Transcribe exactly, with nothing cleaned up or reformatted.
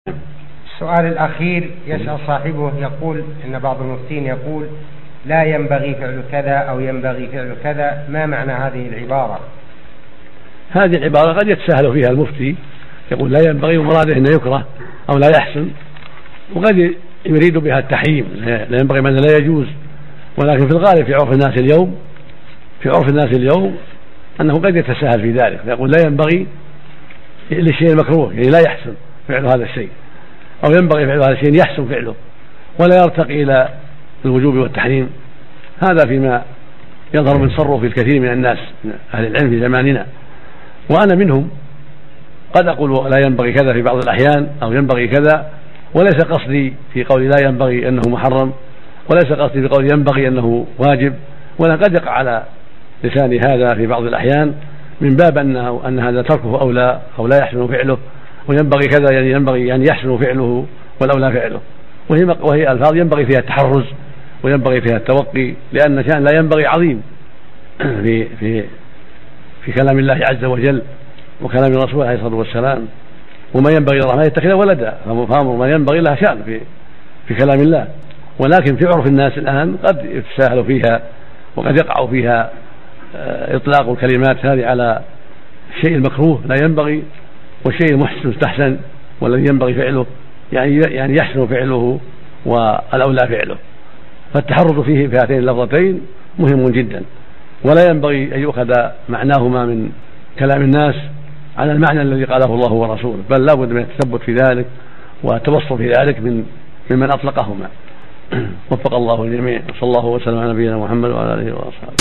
السؤال الأخير يسأل صاحبه يقول إن بعض المفتين يقول لا ينبغي فعل كذا أو ينبغي فعل كذا، ما معنى هذه العبارة؟ هذه العبارة قد يتساهل فيها المفتي، يقول لا ينبغي ومراده أنه يكره أو لا يحسن، وقد يريد بها التحريم، لا ينبغي من لا يجوز. ولكن في الغالب في عرف الناس اليوم في عرف الناس اليوم أنه قد يتساهل في ذلك، يقول لا ينبغي للشيء المكروه، يعني لا يحسن فعل هذا الشيء، أو ينبغي فعل هذا الشيء يحسن فعله، ولا يرتقي إلى الوجوب والتحريم. هذا فيما يظهر من تصرف الكثير من الناس من أهل العلم في زماننا، وأنا منهم. قد أقول لا ينبغي كذا في بعض الأحيان أو ينبغي كذا، وليس قصدي في قولي لا ينبغي أنه محرم، وليس قصدي في قولي ينبغي أنه واجب، ولا قد يقع على لساني هذا في بعض الأحيان من باب أنه أن هذا تركه أولى أو لا يحسن فعله، وينبغي كذا يعني ينبغي يعني يحسن فعله والأولى فعله، وهي وهي ألفاظ ينبغي فيها التحرز وينبغي فيها التوقي، لأن شأن لا ينبغي عظيم في في في كلام الله عز وجل وكلام الرسول عليه الصلاة والسلام. وما ينبغي للرحمن يتخذ ولدا، فأمر ما ينبغي لها شأن في في كلام الله. ولكن في عرف الناس الآن قد يتساهل فيها، وقد يقع فيها إطلاق الكلمات هذه على الشيء المكروه لا ينبغي، والشيء المحسن يستحسن والذي ينبغي فعله يعني يعني يحسن فعله والأولى فعله. فالتحرز فيه في هاتين اللفظتين مهم جدا، ولا ينبغي أن يؤخذ معناهما من كلام الناس على المعنى الذي قاله الله ورسوله، بل لا بد من التثبت في ذلك والتبصر في ذلك من ممن أطلقهما. وفق الله الجميع، وصلى الله وسلم على نبينا محمد وعلى آله وأصحابه.